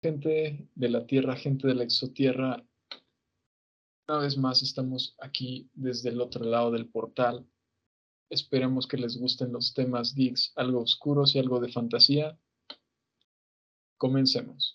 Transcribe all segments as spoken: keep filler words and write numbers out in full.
Gente de la Tierra, gente de la exotierra, una vez más estamos aquí desde el otro lado del portal. Esperemos que les gusten los temas geeks, algo oscuros y algo de fantasía. Comencemos.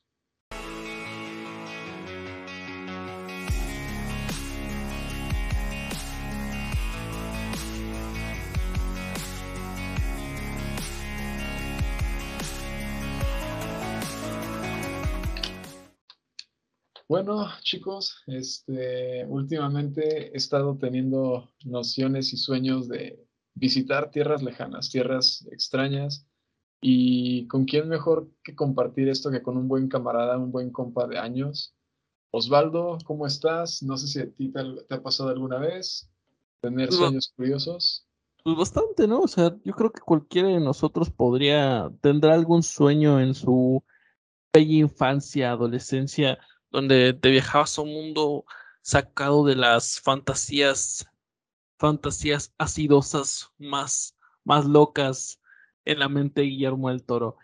Bueno, chicos, este, últimamente he estado teniendo nociones y sueños de visitar tierras lejanas, tierras extrañas, y con quién mejor que compartir esto que con un buen camarada, un buen compa de años. Osvaldo, ¿cómo estás? No sé si a ti te, te ha pasado alguna vez tener Pues, ba- sueños curiosos. pues bastante, ¿no? O sea, yo creo que cualquiera de nosotros podría, tendrá algún sueño en su bella infancia, adolescencia, donde te viajabas a un mundo sacado de las fantasías, fantasías acidosas más, más locas en la mente de Guillermo del Toro.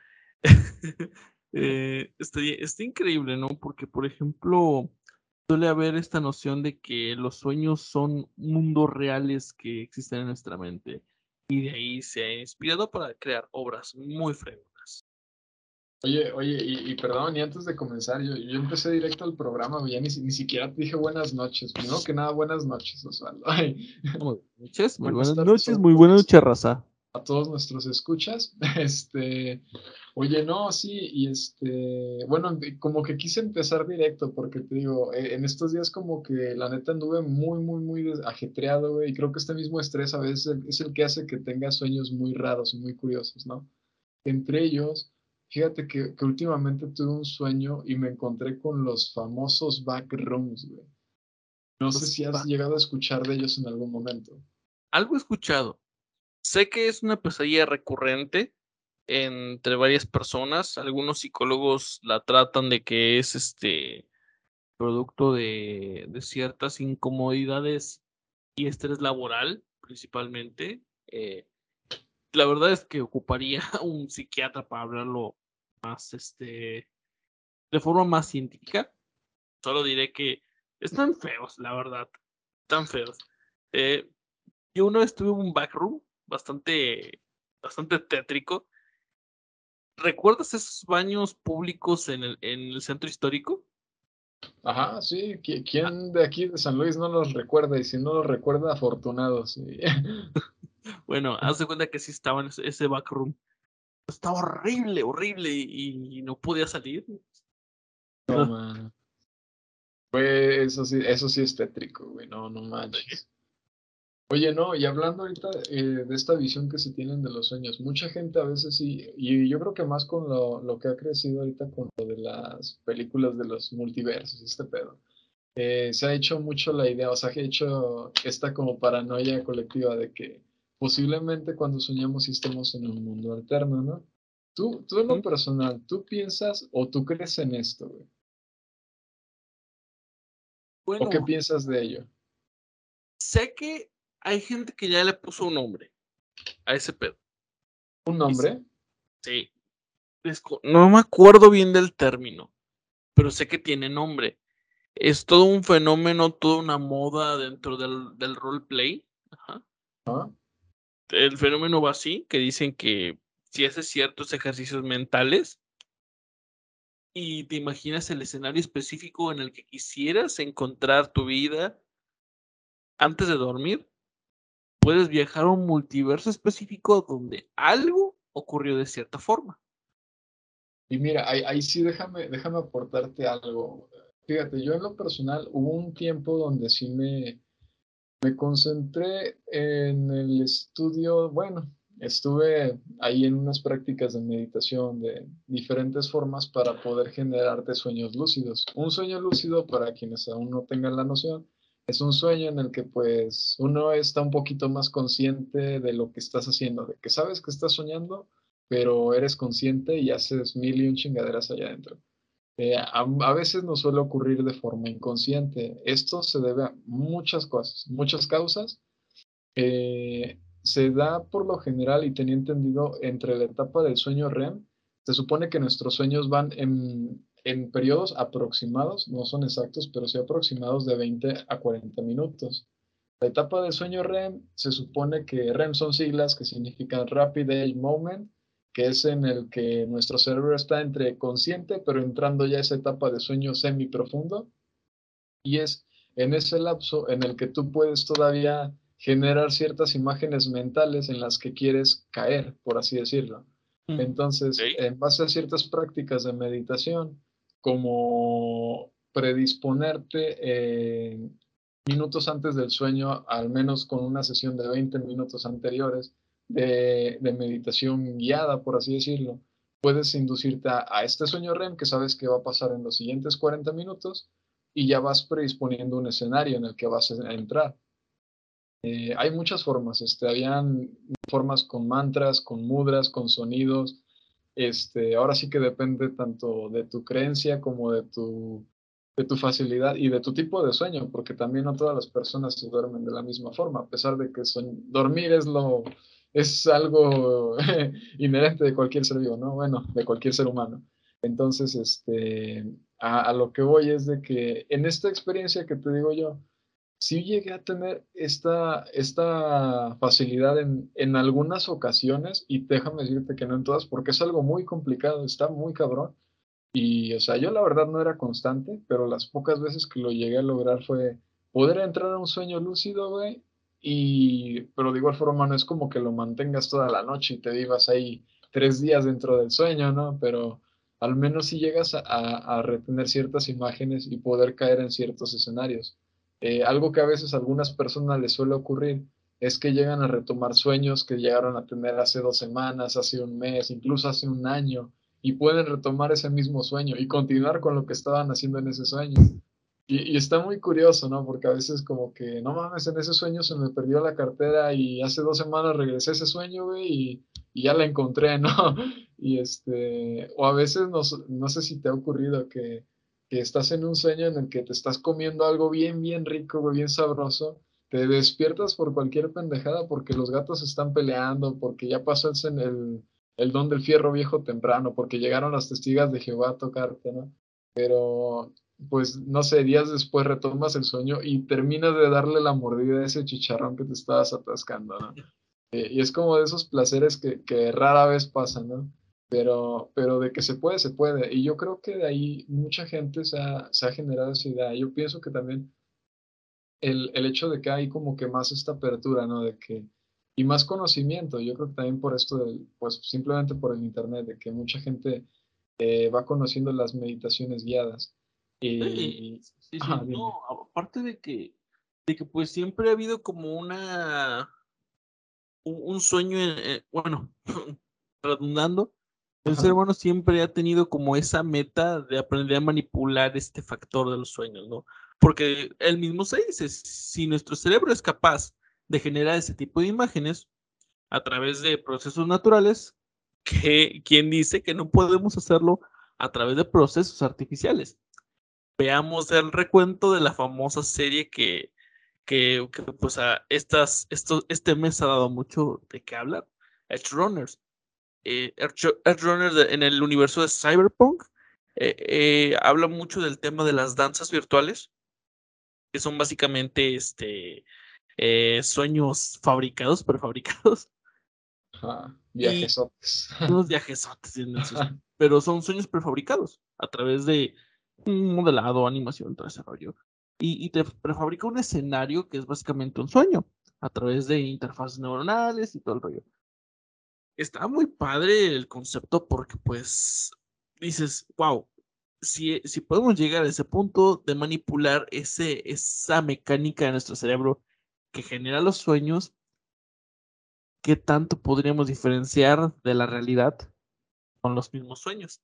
Eh, está, está increíble, ¿no? Porque, por ejemplo, suele haber esta noción de que los sueños son mundos reales que existen en nuestra mente y de ahí se ha inspirado para crear obras muy fregonas. Oye, oye, y, y perdón, y antes de comenzar, yo, yo empecé directo al programa, ya ni, si- ni siquiera te dije buenas noches. Primero que nada, buenas noches, Osvaldo. Ay, Muy buenas noches, muy buenas buenas tardes o noches, muy buenas buenas noches noches, raza. a todos nuestros escuchas. Este, oye, no, sí, y este, bueno, de- como que quise empezar directo, porque te digo, eh, en estos días como que la neta anduve muy, muy, muy des- ajetreado, güey, y creo que este mismo estrés a veces es el es el que hace que tenga sueños muy raros y muy curiosos, ¿no? Entre ellos, fíjate que, que últimamente tuve un sueño y me encontré con los famosos backrooms, güey. No sé Los si has back. llegado a escuchar de ellos en algún momento. Algo he escuchado. Sé que es una pesadilla recurrente entre varias personas. Algunos psicólogos la tratan de que es este producto de, de ciertas incomodidades y estrés laboral, principalmente. Eh, la verdad es que ocuparía un psiquiatra para hablarlo más, este, de forma más científica. Solo diré que están feos, la verdad, están feos. Eh, yo una vez tuve un backroom bastante, bastante tétrico. ¿Recuerdas esos baños públicos en el, en el centro histórico? Ajá, sí, ¿qui- ¿quién de aquí de San Luis no los recuerda? Y si no los recuerda, afortunado, sí. Bueno, haz de cuenta que sí estaba en ese, ese backroom. Estaba horrible, horrible y, y no podía salir. No, man. Pues eso sí, eso sí es tétrico, güey, no, no manches. Oye, no, y hablando ahorita eh, de esta visión que se tienen de los sueños, mucha gente a veces sí, y yo creo que más con lo, lo que ha crecido ahorita con lo de las películas de los multiversos, este pedo, eh, se ha hecho mucho la idea, o sea, se ha hecho esta como paranoia colectiva de que posiblemente cuando soñamos sí estemos en un mundo alterno, ¿no? Tú, tú en lo Ujú. personal, ¿tú piensas o tú crees en esto, güey? ¿O qué Bueno, piensas de ello? sé que hay gente que ya le puso un nombre a ese pedo. ¿Un Y s- nombre? sí, desco- no me acuerdo bien del término, pero sé que tiene nombre. Es todo un fenómeno, toda una moda dentro del, del roleplay. Ajá. ¿Ah? El fenómeno va así, que dicen que si haces ciertos ejercicios mentales y te imaginas el escenario específico en el que quisieras encontrar tu vida antes de dormir, puedes viajar a un multiverso específico donde algo ocurrió de cierta forma. Y mira, ahí, ahí sí déjame, déjame aportarte algo. Fíjate, yo en lo personal hubo un tiempo donde sí me, me concentré en el estudio, bueno, estuve ahí en unas prácticas de meditación de diferentes formas para poder generarte sueños lúcidos. Un sueño lúcido, para quienes aún no tengan la noción, es un sueño en el que pues uno está un poquito más consciente de lo que estás haciendo, de que sabes que estás soñando, pero eres consciente y haces mil y un chingaderas allá adentro. Eh, a, a veces nos suele ocurrir de forma inconsciente. Esto se debe a muchas cosas, muchas causas. Eh, se da por lo general, y tenía entendido, entre la etapa del sueño R E M. Se supone que nuestros sueños van en, en periodos aproximados, no son exactos, pero sí aproximados de veinte a cuarenta minutos. La etapa de sueño R E M se supone que R E M son siglas que significan Rapid Eye Moment, que es en el que nuestro cerebro está entre consciente, pero entrando ya a esa etapa de sueño semiprofundo, y es en ese lapso en el que tú puedes todavía generar ciertas imágenes mentales en las que quieres caer, por así decirlo. Mm, Entonces, ok. en base a ciertas prácticas de meditación, como predisponerte eh, minutos antes del sueño, al menos con una sesión de veinte minutos anteriores de, de meditación guiada, por así decirlo, puedes inducirte a, a este sueño R E M que sabes que va a pasar en los siguientes cuarenta minutos y ya vas predisponiendo un escenario en el que vas a entrar. Eh, hay muchas formas, este, habían formas con mantras, con mudras, con sonidos. Este, ahora sí que depende tanto de tu creencia como de tu, de tu facilidad y de tu tipo de sueño, porque también no todas las personas se duermen de la misma forma, a pesar de que son, dormir es lo es algo inherente de cualquier ser vivo, ¿no? Bueno, de cualquier ser humano. Entonces, este, a, a lo que voy es de que en esta experiencia que te digo yo, sí llegué a tener esta, esta facilidad en, en algunas ocasiones, y déjame decirte que no en todas, porque es algo muy complicado, está muy cabrón. Y, o sea, yo la verdad no era constante, pero las pocas veces que lo llegué a lograr fue poder entrar a un sueño lúcido, güey, y, pero de igual forma no es como que lo mantengas toda la noche y te vivas ahí tres días dentro del sueño, ¿no? Pero al menos si llegas a, a, a retener ciertas imágenes y poder caer en ciertos escenarios. Eh, algo que a veces a algunas personas les suele ocurrir es que llegan a retomar sueños que llegaron a tener hace dos semanas, hace un mes, incluso hace un año, y pueden retomar ese mismo sueño y continuar con lo que estaban haciendo en ese sueño. Y, y está muy curioso, ¿no? Porque a veces como que, no mames, en ese sueño se me perdió la cartera y hace dos semanas regresé a ese sueño, güey, y, y ya la encontré, ¿no? Y este, o a veces no, no sé si te ha ocurrido que, que estás en un sueño en el que te estás comiendo algo bien, bien rico, güey, bien sabroso, te despiertas por cualquier pendejada porque los gatos están peleando, porque ya pasó el, el, el don del fierro viejo temprano, porque llegaron las testigas de Jehová a tocarte, ¿no? Pero pues no sé, días después retomas el sueño y terminas de darle la mordida a ese chicharrón que te estabas atascando, ¿no? Eh, y es como de esos placeres que, que rara vez pasan, ¿no? Pero, pero de que se puede, se puede. Y yo creo que de ahí mucha gente se ha, se ha generado esa idea. Yo pienso que también el, el hecho de que hay como que más esta apertura, ¿no? De que, y más conocimiento, yo creo que también por esto, del, pues simplemente por el Internet, de que mucha gente eh, va conociendo las meditaciones guiadas. Sí, Y, sí, ajá, sí, dime. no, aparte de que, de que pues siempre ha habido como una, un, un sueño, en- eh, bueno, redundando, el ser Ajá, humano siempre ha tenido como esa meta de aprender a manipular este factor de los sueños, ¿no? Porque él mismo se dice, si nuestro cerebro es capaz de generar ese tipo de imágenes a través de procesos naturales, que, ¿quién dice que no podemos hacerlo a través de procesos artificiales? Veamos el recuento de la famosa serie que, que, que, pues a estas, esto, este mes ha dado mucho de qué hablar, Edge Runners. Eh, Edge, Edge Runners de- en el universo de Cyberpunk eh, eh, habla mucho del tema de las danzas virtuales, que son básicamente este, eh, sueños fabricados, prefabricados, ajá, y viajesotes. unos viajesotes inmensos, pero son sueños prefabricados a través de un modelado, animación, todo ese rollo. Y, y te prefabrica un escenario que es básicamente un sueño a través de interfaces neuronales y todo el rollo. Está muy padre el concepto porque pues dices, wow, si, si podemos llegar a ese punto de manipular ese, esa mecánica de nuestro cerebro que genera los sueños, ¿qué tanto podríamos diferenciar de la realidad con los mismos sueños?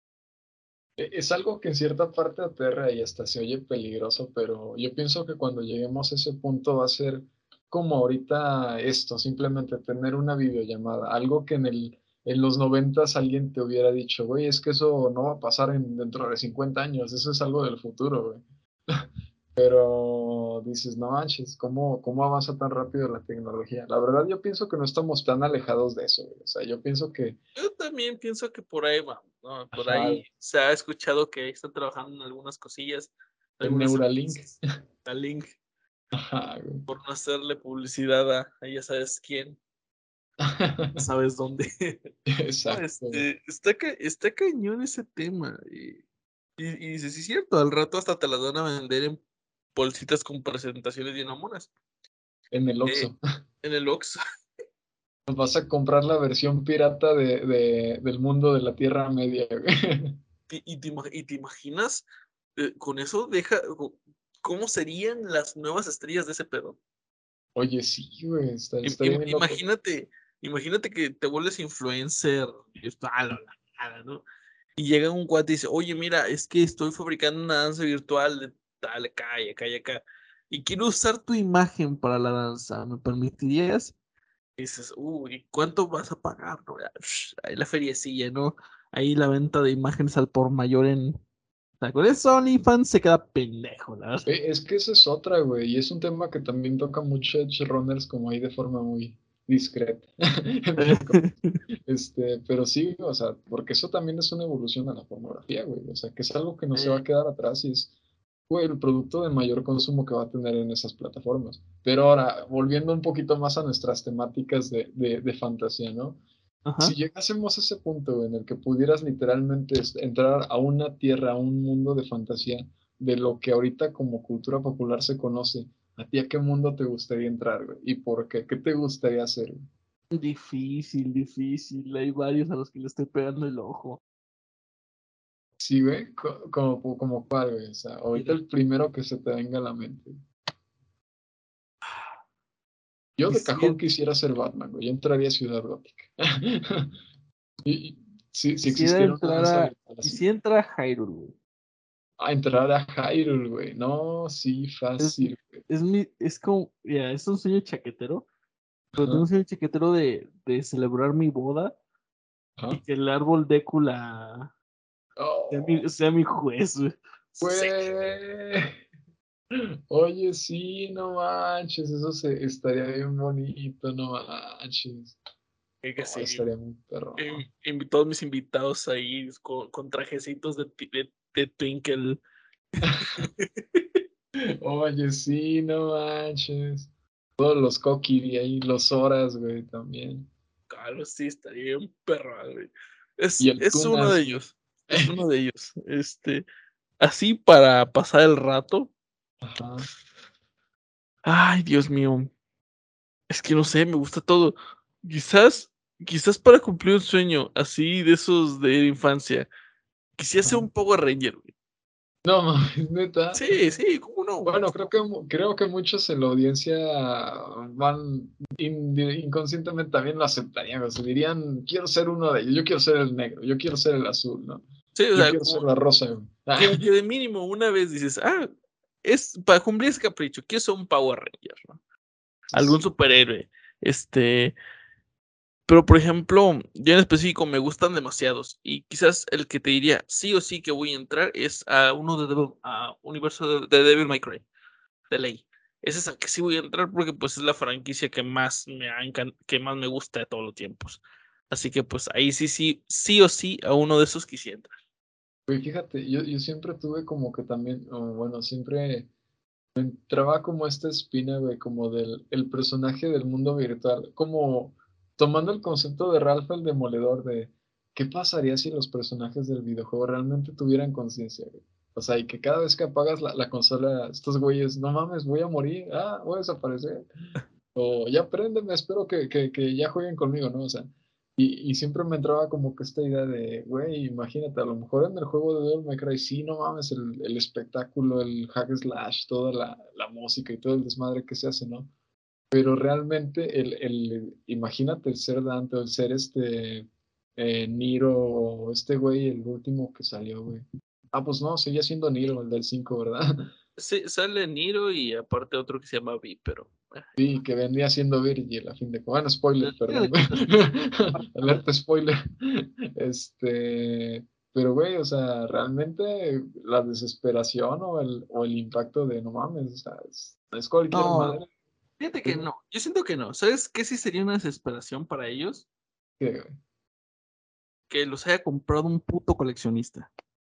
E- Es algo que en cierta parte aterra y hasta se oye peligroso, pero yo pienso que cuando lleguemos a ese punto va a ser como ahorita esto, simplemente tener una videollamada, algo que en el, en los noventas alguien te hubiera dicho, güey, es que eso no va a pasar en, dentro de cincuenta años, eso es algo del futuro, güey. Pero dices, no manches, ¿cómo, cómo avanza tan rápido la tecnología? La verdad, yo pienso que no estamos tan alejados de eso, güey. O sea, yo pienso que, Yo también pienso que por ahí va, ¿no? Por ajá, ahí se ha escuchado que están trabajando en algunas cosillas, el algunas Neuralink, empresas, la Link, ajá, güey. por no hacerle publicidad a, a ya sabes quién, sabes dónde. No, Exacto, güey. este, está, ca- está cañón ese tema. Y, y, y dices, sí es cierto, al rato hasta te las van a vender en bolsitas con presentaciones bien mamonas. En el Eh, Oxxo. en el Oxxo. Vas a comprar la versión pirata de, de- del mundo de la Tierra Media, güey. Y, y te, ima- y te imaginas, eh, con eso deja, co- ¿cómo serían las nuevas estrellas de ese pedo? Oye, sí, güey, está- Im- estaría im- bien loco. imagínate, imagínate que te vuelves influencer, y esto, a la nada, ¿no? Y llega un cuate y dice, oye, mira, es que estoy fabricando una danza virtual de tal, acá y acá y acá, y quiero usar tu imagen para la danza, ¿me permitirías? Y dices, uy, ¿cuánto vas a pagar? ¿No? Ya, psh, ahí la feriecilla, ¿no? Ahí la venta de imágenes al por mayor en... O sea, con eso OnlyFans se queda pendejo, la verdad. Eh, Es que esa es otra, güey, y es un tema que también toca mucho Edge Runners como ahí de forma muy discreta, entre comillas. Este, pero sí, o sea, porque eso también es una evolución a la pornografía, güey, o sea, que es algo que no se va Eh, a quedar atrás y es, güey, el producto de mayor consumo que va a tener en esas plataformas. Pero ahora, volviendo un poquito más a nuestras temáticas de, de, de fantasía, ¿no? Si ajá. llegásemos a ese punto güey, en el que pudieras literalmente es- entrar a una tierra, a un mundo de fantasía, de lo que ahorita como cultura popular se conoce, ¿a ti a qué mundo te gustaría entrar, güey? ¿Y por qué? ¿Qué te gustaría hacer, güey? Difícil, difícil. Hay varios a los que le estoy pegando el ojo. Sí, güey, co- como, como cuál, güey. O sea, ahorita Mira, el primero que se te venga a la mente. Yo de cajón quisiera, quisiera ser Batman, güey. Yo entraría a Ciudad Gótica. Y, y si, si quisiera existiera una entrar danza a, virtual así. quisiera entrar a Hyrule, güey. A entrar a Hyrule, güey. No, sí, Es, fácil, güey. es mi, es como, ya, es un sueño chaquetero, pero tengo Ajá, un sueño chaquetero de, de celebrar mi boda y ajá. que el árbol décula sea Oh, mi, sea mi juez, güey. Sí, güey. Oye, sí, no manches. Eso se, estaría bien bonito, no manches. que que Oh, sí. estaría muy perro. Em- em- todos mis invitados ahí con, con trajecitos de, ti- de, de Twinkle. Oye, sí, no manches. Todos los Kokiri ahí, los Horas, güey, también. Claro, sí, estaría bien perro, güey. Y Es, el es uno de Tunas, güey. ellos. Es uno de ellos. Este, así para pasar el rato. Ajá. Ay, Dios mío. Es que no sé, me gusta todo. Quizás, quizás para cumplir un sueño así de esos de la infancia. Quisiera ser Ajá. un Power Ranger, güey. No mames, neta. Sí, sí, ¿cómo no, güey? Bueno, creo que, mu- creo que muchos en la audiencia van in- inconscientemente también lo aceptarían. O sea, dirían, quiero ser uno de ellos, yo quiero ser el negro, yo quiero ser el azul, ¿no? Sí, o Yo sea, quiero ser como, la rosa, güey. como que de mínimo una vez dices, ah, es para cumplir ese capricho, quiero ser un Power Ranger, ¿no? Sí, Algún sí. superhéroe. Este, pero por ejemplo, yo en específico me gustan demasiados. Y quizás el que te diría sí o sí que voy a entrar es a uno de Devil, a universo de, de Devil May Cry, de ley. Ese es al que sí voy a entrar porque pues es la franquicia que más me ha encan- que más me gusta de todos los tiempos. Así que pues ahí sí, sí, sí o sí a uno de esos quisiera entrar. Güey, fíjate, yo, yo siempre tuve como que también, o bueno, siempre entraba como esta espina, güey, como del el personaje del mundo virtual, como tomando el concepto de Ralph el Demoledor, de qué pasaría si los personajes del videojuego realmente tuvieran conciencia, güey. O sea, y que cada vez que apagas la, la consola, estos güeyes, no mames, voy a morir, ah, voy a desaparecer. O ya préndeme, espero que, que, que ya jueguen conmigo, ¿no? O sea, y, y siempre me entraba como que esta idea de, güey, imagínate, a lo mejor en el juego de Devil May Cry, sí, no mames, el, el espectáculo, el hack slash, toda la, la música y todo el desmadre que se hace, ¿no? Pero realmente, el, el, imagínate el ser Dante o el ser este eh, Niro o este güey, el último que salió, güey. Ah, pues no, seguía siendo Niro, el del cinco, ¿verdad? Sí, sale Niro y aparte otro que se llama Vi, pero ah, Sí, que vendría siendo Virgil a fin de cuentas. Bueno, spoiler, al final perdón. de cuentas, sí, sí, no pasa nada. Alerta spoiler. Este, Pero, güey, o sea, realmente la desesperación o el, o el impacto de no mames, o sea, es, es cualquier No, madre. fíjate que Es no. Yo siento que no. ¿Sabes qué sí sería una desesperación para ellos? que, güey. Que los haya comprado un puto coleccionista.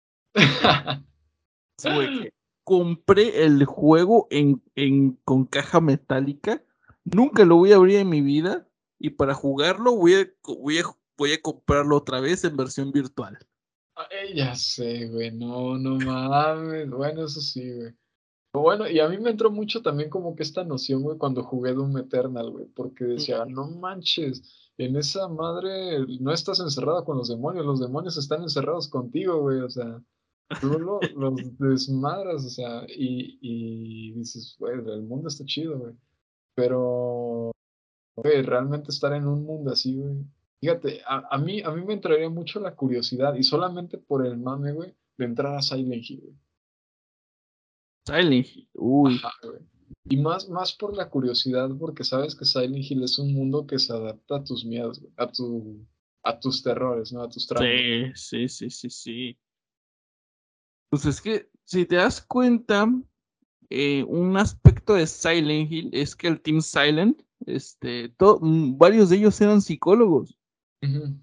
Sí, güey, que compré el juego en, en, con caja metálica. Nunca lo voy a abrir en mi vida. Y para jugarlo voy a, voy a, voy a comprarlo otra vez en versión virtual. Ay, ya sé, güey, no, no mames. Bueno, eso sí, güey. Bueno, y a mí me entró mucho también como que esta noción, güey, cuando jugué Doom Eternal, güey, porque decía, no manches, en esa madre no estás encerrado con los demonios, los demonios están encerrados contigo, güey, o sea, tú lo- los desmadras, o sea, y, y dices, güey, el mundo está chido, güey, pero, güey, realmente estar en un mundo así, güey, fíjate, a, a mí, a mí me entraría mucho la curiosidad, y solamente por el mame, güey, de entrar a Silent Hill, güey. Silent Hill, Ajá, uy. güey. Y más, más por la curiosidad, porque sabes que Silent Hill es un mundo que se adapta a tus miedos, güey, a tu, a tus terrores, ¿no? A tus traumas. Sí, sí, sí, sí, sí. Pues es que, si te das cuenta, eh, un aspecto de Silent Hill es que el Team Silent, este, to- mm, varios de ellos eran psicólogos. Ujú.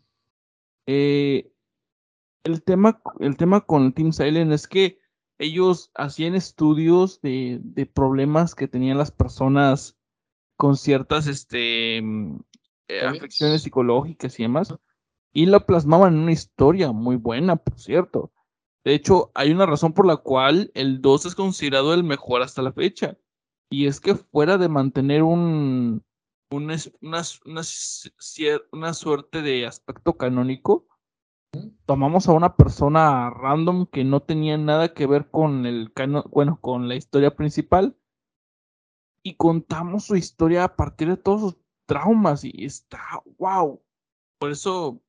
Eh, el tema, el tema con Team Silent es que ellos hacían estudios de, de problemas que tenían las personas con ciertas este, mm, eh, afecciones ¿Fobias? psicológicas y demás, y la plasmaban en una historia muy buena, por cierto. De hecho, hay una razón por la cual el dos es considerado el mejor hasta la fecha. Y es que fuera de mantener un, un es- una, una cier- una suerte de aspecto canónico, Ujú. tomamos a una persona random que no tenía nada que ver con el cano- bueno, con la historia principal y contamos su historia a partir de todos sus traumas y está wow. Por eso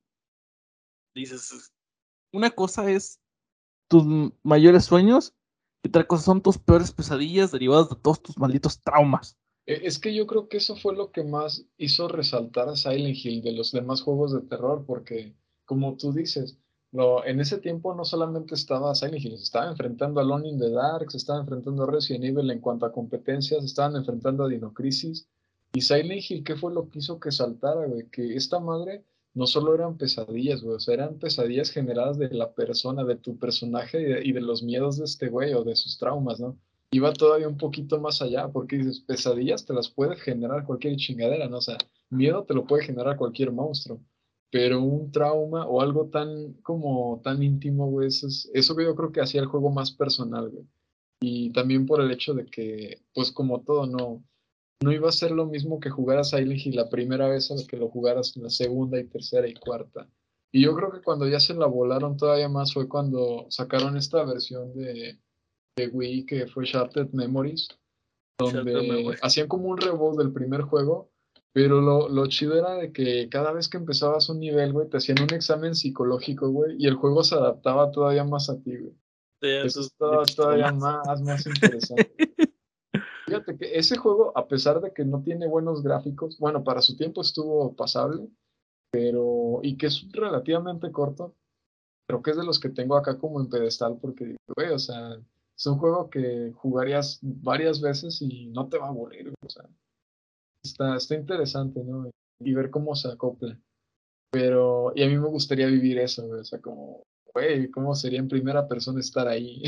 dices, una cosa es tus m- mayores sueños y otra cosa son tus peores pesadillas derivadas de todos tus malditos traumas. E- Es que yo creo que eso fue lo que más hizo resaltar a Silent Hill de los demás juegos de terror, porque, como tú dices, lo, en ese tiempo no solamente estaba Silent Hill, se estaba enfrentando a Alone in the Dark, se estaba enfrentando a Resident Evil en cuanto a competencias, se estaban enfrentando a Dino Crisis. Y Silent Hill, ¿qué fue lo que hizo que saltara, güey? Que esta madre no solo eran pesadillas, güey, o sea, eran pesadillas generadas de la persona, de tu personaje y de, y de los miedos de este güey o de sus traumas, ¿no? Iba todavía un poquito más allá, porque dices, pesadillas te las puede generar cualquier chingadera, ¿no? O sea, miedo te lo puede generar cualquier monstruo, pero un trauma o algo tan como tan íntimo, güey, eso es eso que yo creo que hacía el juego más personal, güey. Y también por el hecho de que, pues como todo, no, no iba a ser lo mismo que jugar a Silent Hill la primera vez a lo que lo jugaras la segunda y tercera y cuarta. Y yo creo que cuando ya se la volaron todavía más fue cuando sacaron esta versión de de Wii que fue Shattered Memories, Shattered donde Memory. hacían como un reboot del primer juego, pero lo, lo chido era de que cada vez que empezabas un nivel, güey, te hacían un examen psicológico, güey, y el juego se adaptaba todavía más a ti, güey. De Eso tus estaba malditos todavía traumas. más, más interesante. Fíjate que ese juego, a pesar de que no tiene buenos gráficos, bueno, para su tiempo estuvo pasable, pero, y que es relativamente corto, creo que es de los que tengo acá como en pedestal porque, güey, o sea, es un juego que jugarías varias veces y no te va a aburrir, güey, o sea, está, está interesante, ¿no? Y ver cómo se acopla. Pero, y a mí me gustaría vivir eso, güey, o sea, como, güey, ¿cómo sería en primera persona estar ahí?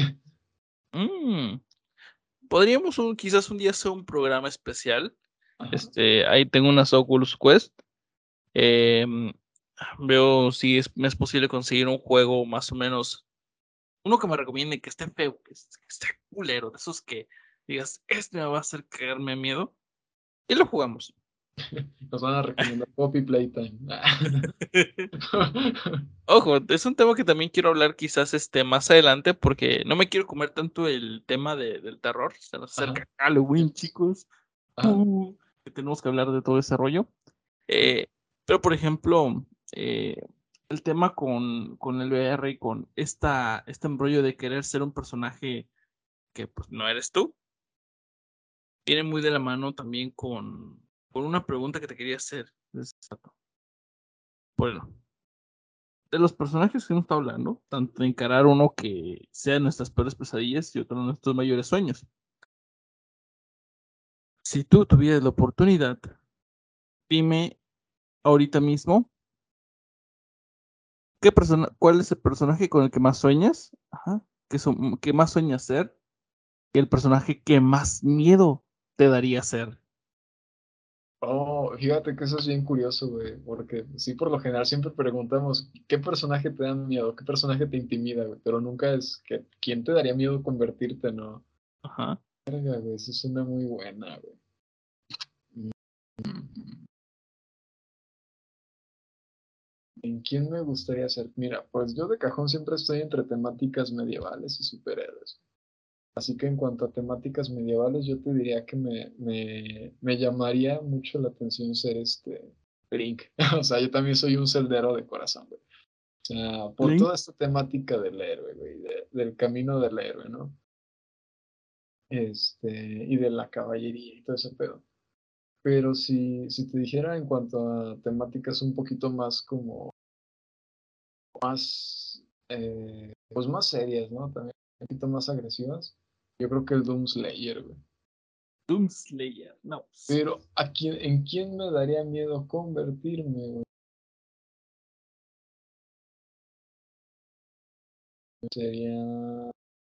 Mm, podríamos un- quizás un día hacer un programa especial. Ajá, Este, ahí tengo unas Oculus Quest. Em, veo si es, me es posible conseguir un juego más o menos, uno que me recomiende que esté feo, que, es- que esté culero, de esos que digas, este me va a hacer caerme miedo, y lo jugamos. nos van a recomendar Poppy Playtime. Ojo, es un tema que también quiero hablar quizás este, más adelante porque no me quiero comer tanto el tema de- del terror. Se nos Ajá, acerca Halloween, chicos. ajá, Uh, que tenemos que hablar de todo ese rollo. Eh, pero, por ejemplo, eh, el tema con, con el V R y con esta, este embrollo de querer ser un personaje que pues, no eres tú, viene muy de la mano también con, con una pregunta que te quería hacer. Es- Bueno, de los personajes que hemos estado hablando, tanto encarar uno que sea nuestras peores pesadillas y otro nuestros mayores sueños. Si tú tuvieras la oportunidad, dime ahorita mismo, ¿qué persona, ¿cuál es el personaje con el que más sueñas? Ajá, que, son, que más sueñas ser, y el personaje que más miedo te daría ser. Oh, fíjate que eso es bien curioso, güey, porque sí, por lo general siempre preguntamos, ¿qué personaje te da miedo? ¿Qué personaje te intimida, güey? Pero nunca es que, ¿quién te daría miedo convertirte, no? Ajá. Verga, güey, eso es una muy buena, güey. ¿En quién me gustaría ser? Mira, pues yo de cajón siempre estoy entre temáticas medievales y superhéroes. Así que en cuanto a temáticas medievales, yo te diría que me, me, me llamaría mucho la atención ser este Link. O sea, yo también soy un celdero de corazón, güey. O sea, por Link. toda esta temática del héroe, güey, de- del camino del héroe, ¿no? Este, y de la caballería y todo ese pedo. Pero si, si te dijera en cuanto a temáticas un poquito más como, más, eh, pues más serias, ¿no? También un poquito más agresivas, yo creo que el Doom Slayer, güey. Doomslayer. No. Pero ¿a quién, en quién me daría miedo convertirme, güey? Sería,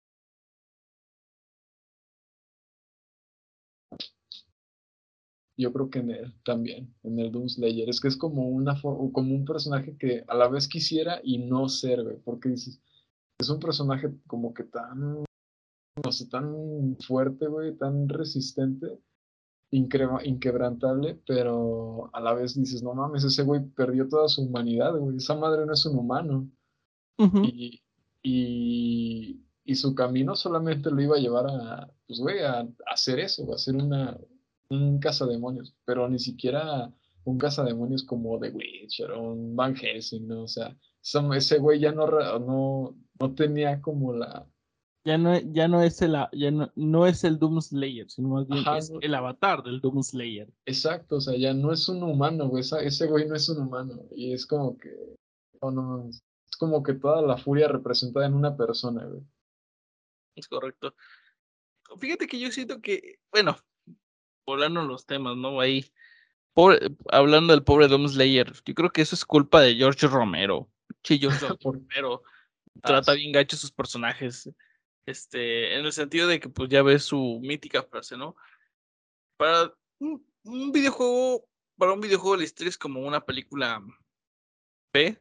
yo creo que en él también, en el Doom Slayer. Es que es como una fo- como un personaje que a la vez quisiera y no ser, güey, porque dices, es un personaje como que tan, no sé, tan fuerte, güey, tan resistente, incre- inquebrantable, pero a la vez dices, no mames, ese güey perdió toda su humanidad, güey, esa madre no es un humano. Ujú. Y, y, y su camino solamente lo iba a llevar a, pues, güey, a, a hacer eso, a hacer una, un cazademonios, pero ni siquiera un cazademonios como The Witcher o un Van Helsing, ¿no? O sea, esa- ese güey ya no, re- no, no tenía como la... Ya no, ya no es el, a- ya no, no es el Doomslayer, sino más bien Ajá, es no- el avatar del Doomslayer. exacto, o sea, ya no es un humano, güey, esa- ese güey no es un humano, y es como que, no, no, es como que toda la furia representada en una persona, güey. Es correcto. Fíjate que yo siento que, bueno, volando los temas, ¿no? Ahí, pobre- hablando del pobre Doomslayer, yo creo que eso es culpa de George Romero. Sí, George Por, Romero ah, trata bien gacho sus personajes. Este, en el sentido de que, pues ya ves su mítica frase, ¿no? Para un, un videojuego, para un videojuego la historia es como una película P.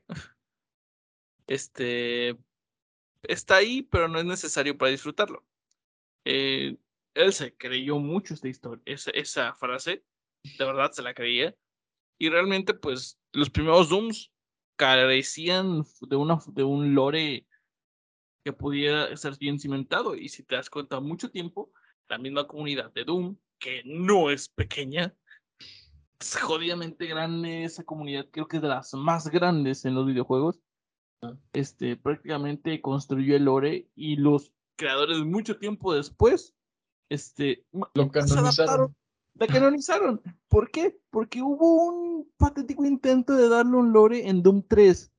Este, está ahí, pero no es necesario para disfrutarlo. Eh, Él se creyó mucho esta historia, esa, esa frase, de verdad se la creía. Y realmente, pues, los primeros Dooms carecían de, una, de un lore que pudiera ser bien cimentado. Y si te das cuenta, mucho tiempo, la misma comunidad de Doom, que no es pequeña, es jodidamente grande esa comunidad, creo que es de las más grandes en los videojuegos, este, prácticamente construyó el lore y los creadores mucho tiempo después, este, lo se adaptaron, canonizaron. la canonizaron. ¿Por qué? Porque hubo un patético intento de darle un lore en Doom tres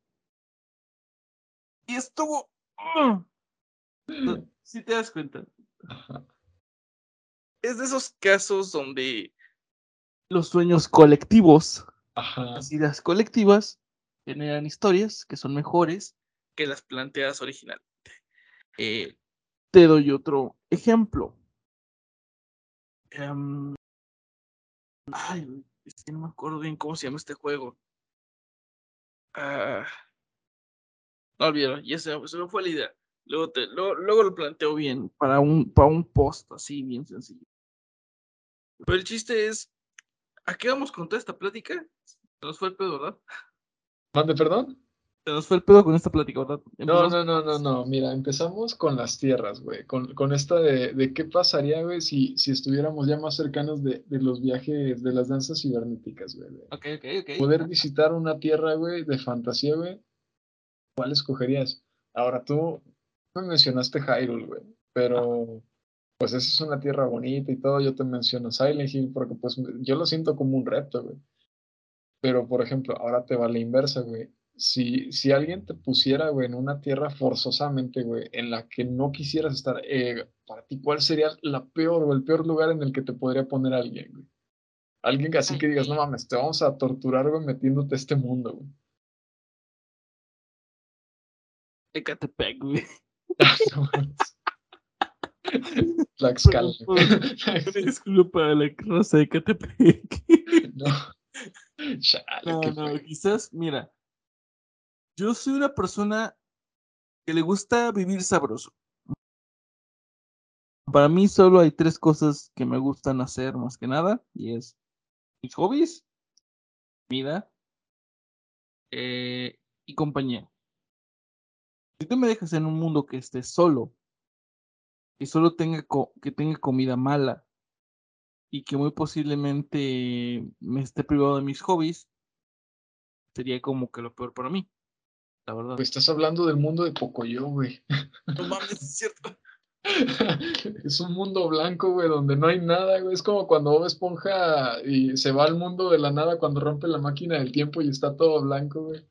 y estuvo... ¡ah! Si te das cuenta, Ajá, es de esos casos donde los sueños colectivos, ajá. las ideas colectivas, generan historias que son mejores que las planteadas originalmente. Eh, Te doy otro ejemplo. Um, ay, es que no me acuerdo bien cómo se llama este juego. Uh, no olvido, ya se, se, me fue la idea. Luego, te, luego, luego lo planteo bien para un, para un post así, bien sencillo. Pero el chiste es, ¿a qué vamos con toda esta plática? Se nos fue el pedo, ¿verdad? ¿Mande, perdón? Se nos fue el pedo con esta plática, ¿verdad? No, Empezamos no, con no, no, Max. no. Mira, empezamos con las tierras, güey. Con, con esta de, de qué pasaría, güey, si, si estuviéramos ya más cercanos de, de los viajes, de las danzas cibernéticas, güey. De Ok, ok, ok. poder visitar una tierra, güey, de fantasía, güey. ¿Cuál escogerías? Ahora tú me mencionaste Hyrule, güey. Ajá. Pero, pues esa es una tierra bonita y todo. Yo te menciono Silent Hill porque, pues, yo lo siento como un reto, güey. Pero, por ejemplo, ahora te va la inversa, güey. si, si alguien te pusiera, güey, en una tierra forzosamente, güey, en la que no quisieras estar, eh, para ti, ¿cuál sería la peor o el peor lugar en el que te podría poner alguien, güey? Alguien así Ay, que digas, no mames, te vamos a torturar, güey, metiéndote a este mundo, güey. Ecatepec, güey. No mames. Tlaxcala. Perdón por una disculpa para la raza de Ecatepec. No, chale, No, qué no, fue. quizás, mira, yo soy una persona que le gusta vivir sabroso. Para mí solo hay tres cosas que me gustan hacer más que nada, y es mis hobbies, vida eh, y compañía. Si tú me dejas en un mundo que esté solo, que solo tenga co- que tenga comida mala y que muy posiblemente me esté privado de mis hobbies, sería como que lo peor para mí, la verdad. Pues estás hablando del mundo de Pocoyo, güey. No mames, es cierto. Es un mundo blanco, güey, donde no hay nada, güey. Es como cuando Bob Esponja y se va al mundo de la nada cuando rompe la máquina del tiempo y está todo blanco, güey.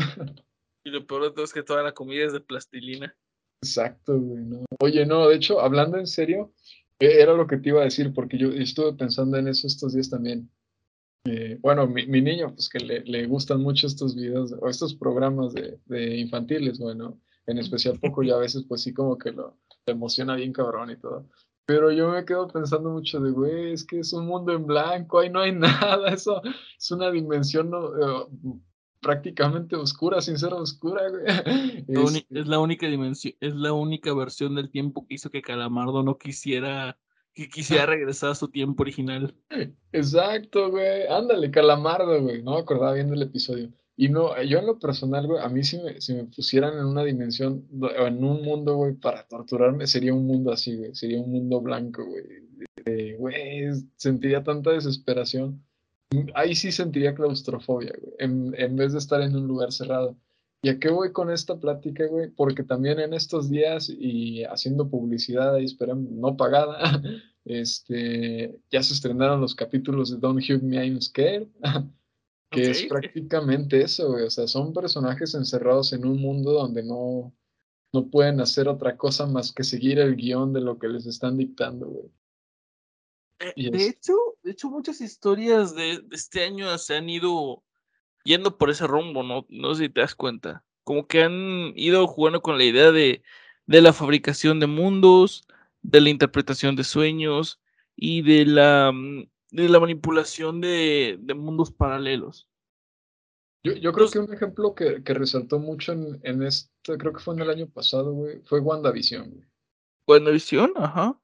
Y lo peor de todo es que toda la comida es de plastilina. Exacto, güey, no. Oye, no, de hecho, hablando en serio, eh, era lo que te iba a decir, porque yo estuve pensando en eso estos días también. Eh, bueno, mi, mi niño, pues que le, le gustan mucho estos videos o estos programas de, de infantiles, bueno, en especial poco, ya a veces pues sí como que lo te emociona bien cabrón y todo. Pero yo me quedo pensando mucho de, güey, es que es un mundo en blanco, ahí no hay nada, eso es una dimensión no, eh, prácticamente oscura, sin ser oscura, güey. La uni- Este, es la única dimensión, es la única versión del tiempo que hizo que Calamardo no quisiera, que quisiera regresar a su tiempo original. exacto, güey. Ándale, Calamardo, güey. No me acordaba bien del episodio. Y no, yo en lo personal, güey, a mí si me, si me pusieran en una dimensión, do- o en un mundo, güey, para torturarme, sería un mundo así, güey. Sería un mundo blanco, güey. De, Güey, sentiría tanta desesperación. Ahí sí sentiría claustrofobia, güey, en, en vez de estar en un lugar cerrado. ¿Y a qué voy con esta plática, güey? Porque también en estos días y haciendo publicidad ahí, esperemos, no pagada, este, ya se estrenaron los capítulos de Don't Hug Me, I'm Scared, que Ok, es ok. prácticamente eso, güey. O sea, son personajes encerrados en un mundo donde no, no pueden hacer otra cosa más que seguir el guión de lo que les están dictando, güey. Eh, Y de es, hecho, de hecho, muchas historias de, de este año se han ido yendo por ese rumbo, ¿no? No sé si te das cuenta. Como que han ido jugando con la idea de, de la fabricación de mundos, de la interpretación de sueños y de la, mm, de la manipulación de, de mundos paralelos. yo, yo creo que Entonces, un ejemplo que, que resaltó mucho en, en esto, creo que fue en el año pasado, güey, fue WandaVision, güey. WandaVision, ajá.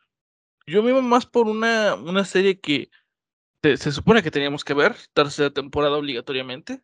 Yo me iba más por una, una serie que te- se supone que teníamos que ver, tercera temporada obligatoriamente.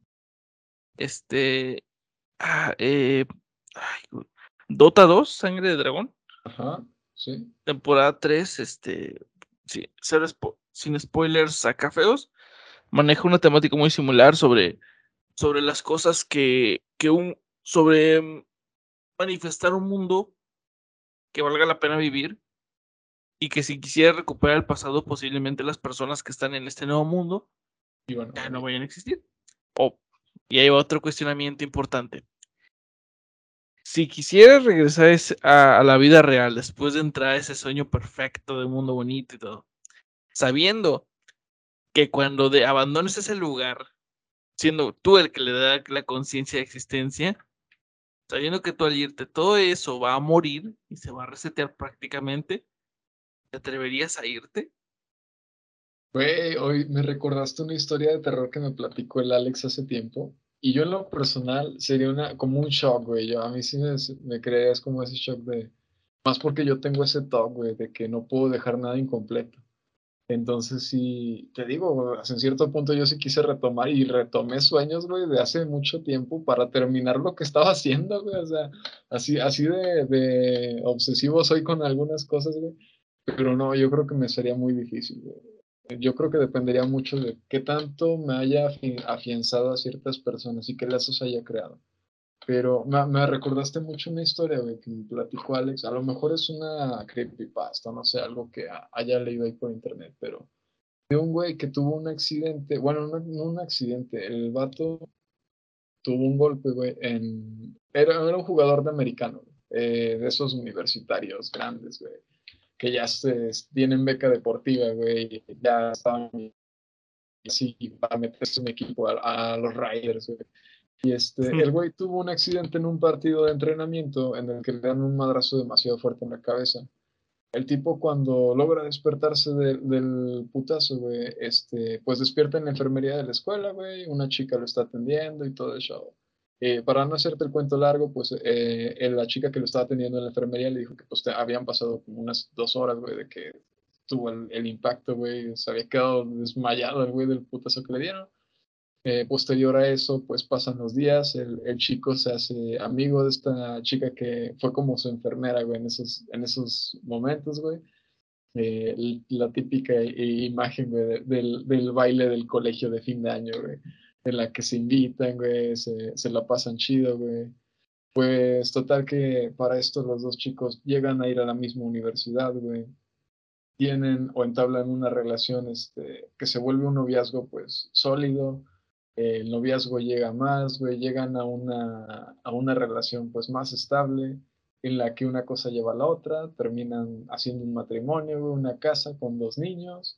Este, ah, eh, ay, güey, Dota dos Sangre de Dragón, Ajá, sí. temporada tres este, sí, cero spo- sin spoilers acá feos, maneja una temática muy similar sobre, sobre las cosas que, que un, sobre mm, manifestar un mundo que valga la pena vivir y que si quisiera recuperar el pasado, posiblemente las personas que están en este nuevo mundo Y bueno, ya no güey. vayan a existir. O, y hay otro cuestionamiento importante. Si quisieras regresar ese- a, a la vida real después de entrar a ese sueño perfecto de mundo bonito y todo, sabiendo que cuando de, abandones ese lugar, siendo tú el que le da la conciencia de existencia, sabiendo que tú al irte todo eso va a morir y se va a resetear prácticamente, ¿te atreverías a irte? Güey, hoy me recordaste una historia de terror que me platicó el Alex hace tiempo. Y yo en lo personal sería una, como un shock, güey. Yo, a mí sí me, me creerías como ese shock de... Más porque yo tengo ese toque, güey, de que no puedo dejar nada incompleto. Entonces sí, te digo, güey, hasta en cierto punto yo sí quise retomar y retomé sueños, güey, de hace mucho tiempo para terminar lo que estaba haciendo, güey. O sea, así, así de, de obsesivo soy con algunas cosas, güey. Pero no, yo creo que me sería muy difícil, güey. Yo creo que dependería mucho de qué tanto me haya afi- afianzado a ciertas personas y qué lazos haya creado. Pero me, me recordaste mucho una historia, güey, que me platicó Alex. A lo mejor es una creepypasta, no sé, algo que ha- haya leído ahí por internet, pero de un güey que tuvo un accidente, bueno, no, no un accidente, el vato tuvo un golpe, güey, en... Era, era un jugador de americano, eh, de esos universitarios grandes, güey, que ya se, tienen beca deportiva, güey, ya estaban así para meterse en equipo a, a los Raiders, güey. Y este, el güey tuvo un accidente en un partido de entrenamiento en el que le dan un madrazo demasiado fuerte en la cabeza. El tipo cuando logra despertarse de, del putazo, güey, este, pues despierta en la enfermería de la escuela, güey, una chica lo está atendiendo y todo eso. Eh, para no hacerte el cuento largo, pues eh, la chica que lo estaba atendiendo en la enfermería le dijo que pues te, habían pasado como unas dos horas, güey, de que tuvo el, el impacto, güey, se había quedado desmayado el güey del putazo que le dieron. Eh, posterior a eso, pues pasan los días, el, el, chico se hace amigo de esta chica que fue como su enfermera, güey, en esos, en esos momentos, güey. Eh, la típica imagen, güey, de, del, del baile del colegio de fin de año, güey, en la que se invitan, güey, se, se la pasan chido, güey. Pues total que para esto los dos chicos llegan a ir a la misma universidad, güey. Tienen o entablan una relación este, que se vuelve un noviazgo, pues, sólido. El noviazgo llega más, güey, llegan a una, a una relación, pues, más estable, en la que una cosa lleva a la otra, terminan haciendo un matrimonio, güey, una casa con dos niños.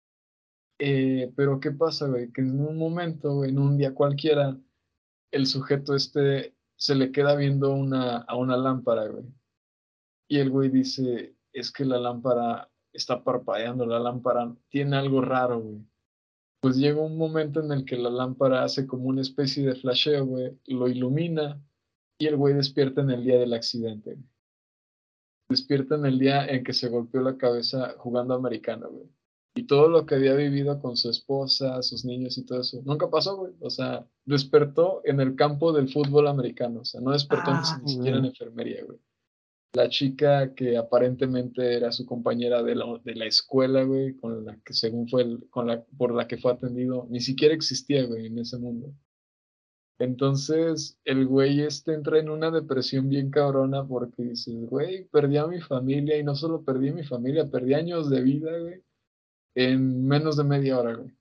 Eh, pero ¿qué pasa, güey? Que en un momento, güey, en un día cualquiera, el sujeto este se le queda viendo una, a una lámpara, güey. Y el güey dice, es que la lámpara está parpadeando, la lámpara tiene algo raro, güey. Pues llega un momento en el que la lámpara hace como una especie de flasheo, güey, lo ilumina y el güey despierta en el día del accidente. Despierta en el día en que se golpeó la cabeza jugando americano, güey. Y todo lo que había vivido con su esposa, sus niños y todo eso, nunca pasó, güey. O sea, despertó en el campo del fútbol americano. O sea, no despertó ni, Ay, ni siquiera en güey. la enfermería, güey. La chica que aparentemente era su compañera de la, de la escuela, güey, con la que según fue, el, con la, por la que fue atendido, ni siquiera existía, güey, en ese mundo. Entonces, el güey este entra en una depresión bien cabrona porque dice, güey, perdí a mi familia y no solo perdí a mi familia, perdí años de vida, güey, en menos de media hora, güey.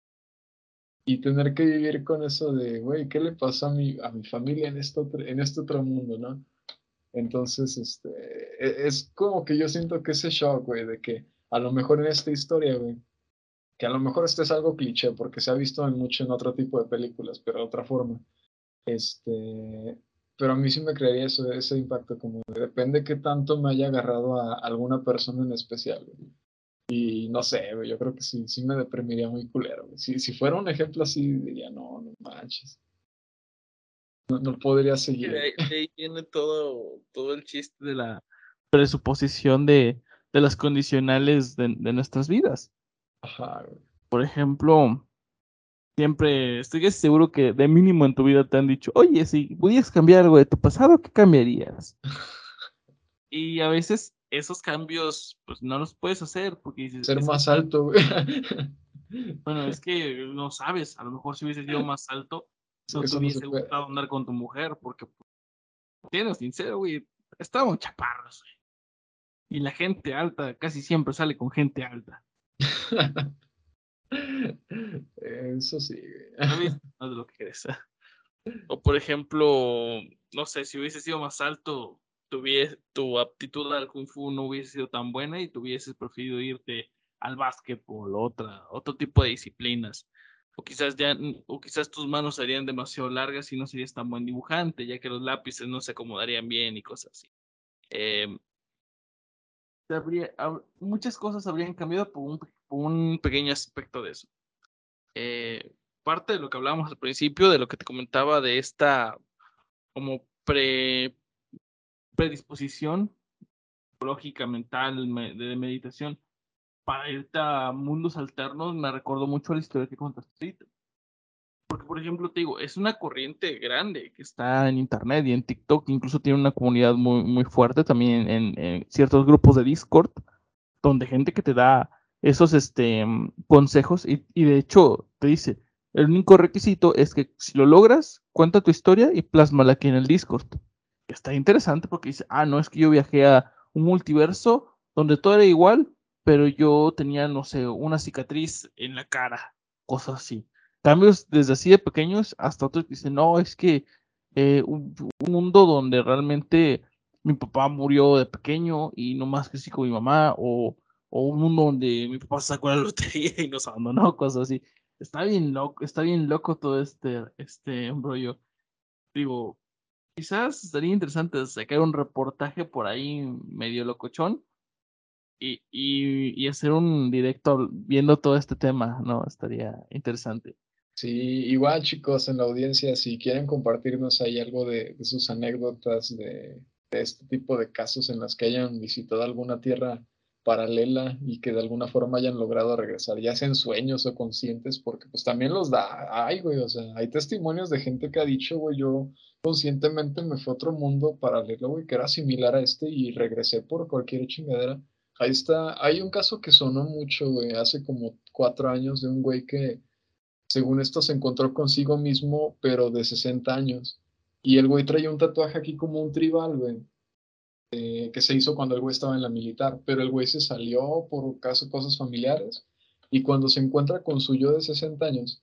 Y tener que vivir con eso de, güey, ¿qué le pasó a mi, a mi familia en, esto, en este otro mundo, no? Entonces, este, e- es como que yo siento que ese shock, güey, de que a lo mejor en esta historia, güey, que a lo mejor esto es algo cliché porque se ha visto en mucho en otro tipo de películas, pero de otra forma, este, pero a mí sí me crearía eso, ese impacto, como de, depende qué tanto me haya agarrado a alguna persona en especial, güey. Y no sé, güey, yo creo que sí, sí me deprimiría muy culero, güey. Si, si fuera un ejemplo así, diría, no, no manches, no, no podría Que de seguir, ahí, güey. de ahí viene todo, todo el chiste de la presuposición de, de las condicionales de, de nuestras vidas. Ajá, güey. Por ejemplo, siempre estoy casi seguro que de mínimo en tu vida te han dicho, oye, si pudieras cambiar algo de tu pasado, ¿qué cambiarías? Y a veces esos cambios, pues no los puedes hacer porque dices, Ser es que, más alto, güey. bueno, es que no sabes, a lo mejor si hubiese sido más alto, no te Eso no se hubiese puede. gustado andar con tu mujer, porque, siendo sincero, güey, estábamos chaparros, güey. Y la gente alta casi siempre sale con gente alta. Eso sí, ¿Sabes? Más de lo que crees. O por ejemplo, no sé, si hubiese sido más alto, tuvies- tu aptitud al kung fu no hubiese sido tan buena y tuvieses preferido irte al básquetbol o otra, otro tipo de disciplinas. O quizás ya, o quizás tus manos serían demasiado largas y no serías tan buen dibujante, ya que los lápices no se acomodarían bien y cosas así. Eh, habría- hab- muchas cosas habrían cambiado por un, por un pequeño aspecto de eso. Eh, Parte de lo que hablábamos al principio, de lo que te comentaba de esta como pre, predisposición psicológica, mental, me- de meditación, para irte a mundos alternos, me recordó mucho a la historia que contaste ahorita. Porque, por ejemplo, te digo, es una corriente grande que está en Internet y en TikTok, incluso tiene una comunidad muy, muy fuerte también en, en ciertos grupos de Discord, donde gente que te da esos este, mm, consejos y, y de hecho te dice, el único requisito es que si lo logras, cuenta tu historia y plásmala aquí en el Discord. Está interesante porque dice, ah, no, es que yo viajé a un multiverso donde todo era igual, pero yo tenía, no sé, una cicatriz en la cara, cosas así. cambios desde así de pequeños hasta otros que dicen, no, es que eh, un, un mundo donde realmente mi papá murió de pequeño y no más que sí con mi mamá, o, o un mundo donde mi papá sacó la lotería y nos abandonó, cosas así. Está bien loco, está bien loco todo este, este rollo. Digo, quizás estaría interesante sacar un reportaje por ahí medio locochón y, y, y hacer un directo viendo todo este tema, ¿no? Estaría interesante. Sí, igual chicos en la audiencia, si quieren compartirnos ahí algo de, de sus anécdotas de, de este tipo de casos en las que hayan visitado alguna tierra paralela y que de alguna forma hayan logrado regresar, ya sea en sueños o conscientes, porque pues también los da, ay, güey, o sea, hay testimonios de gente que ha dicho, güey, yo conscientemente me fui a otro mundo paralelo, güey, que era similar a este y regresé por cualquier chingadera. Ahí está, hay un caso que sonó mucho, güey, hace como cuatro años de un güey que según esto se encontró consigo mismo, pero de sesenta años. Y el güey traía un tatuaje aquí como un tribal, güey, eh, que se hizo cuando el güey estaba en la militar, pero el güey se salió por caso, cosas familiares. Y cuando se encuentra con su yo de sesenta años,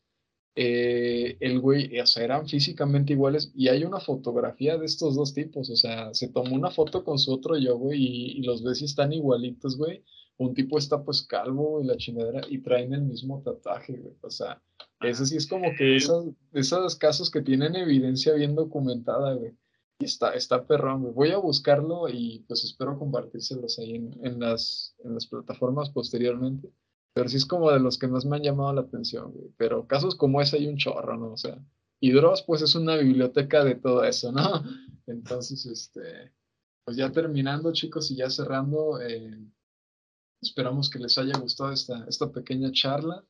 eh, el güey, o sea, eran físicamente iguales y hay una fotografía de estos dos tipos, o sea, se tomó una foto con su otro yo, güey, y, y los ves y están igualitos, güey. Un tipo está pues calvo y la chingadera y traen el mismo tatuaje, güey, o sea, ese sí es como que esos, esos casos que tienen evidencia bien documentada, güey. Y está, está perrón, güey. Voy a buscarlo y pues espero compartírselos ahí en, en las, en las plataformas posteriormente. Pero sí es como de los que más me han llamado la atención, güey. Pero casos como ese hay un chorro, ¿no? O sea, y Dross, pues es una biblioteca de todo eso, ¿no? Entonces, este, pues ya terminando, chicos, y ya cerrando, eh, esperamos que les haya gustado esta, esta pequeña charla.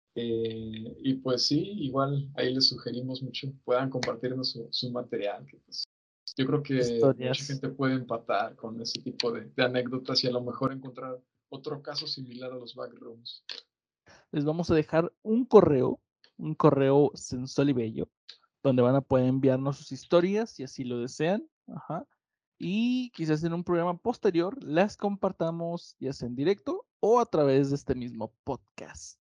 Eh, y pues sí, igual ahí les sugerimos mucho, puedan compartirnos su, su material, que pues yo creo que mucha Historias. gente puede empatar con ese tipo de, de anécdotas y a lo mejor encontrar otro caso similar a los backrooms. Les vamos a dejar un correo, un correo sensual y bello, donde van a poder enviarnos sus historias si así lo desean. Ajá. Y quizás en un programa posterior las compartamos ya sea en directo o a través de este mismo podcast.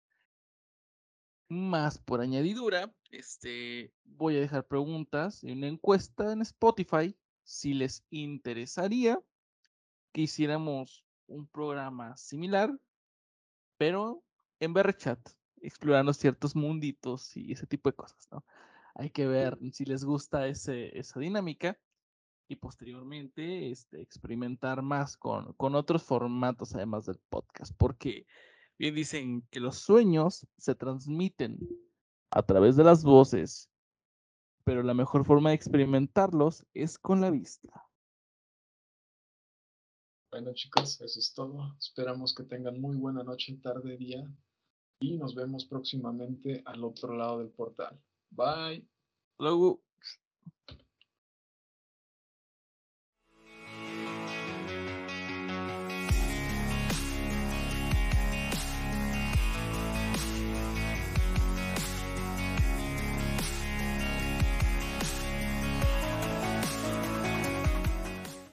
Más por añadidura, este, voy a dejar preguntas en una encuesta en Spotify si les interesaría que hiciéramos un programa similar, pero en V R Chat, explorando ciertos munditos y ese tipo de cosas, ¿no? Hay que ver si les gusta ese, esa dinámica y posteriormente este, experimentar más con, con otros formatos además del podcast, porque bien dicen que los sueños se transmiten a través de las voces, pero la mejor forma de experimentarlos es con la vista. Bueno, chicos, eso es todo. Esperamos que tengan muy buena noche, tarde, día y nos vemos próximamente al otro lado del portal. Bye. Luego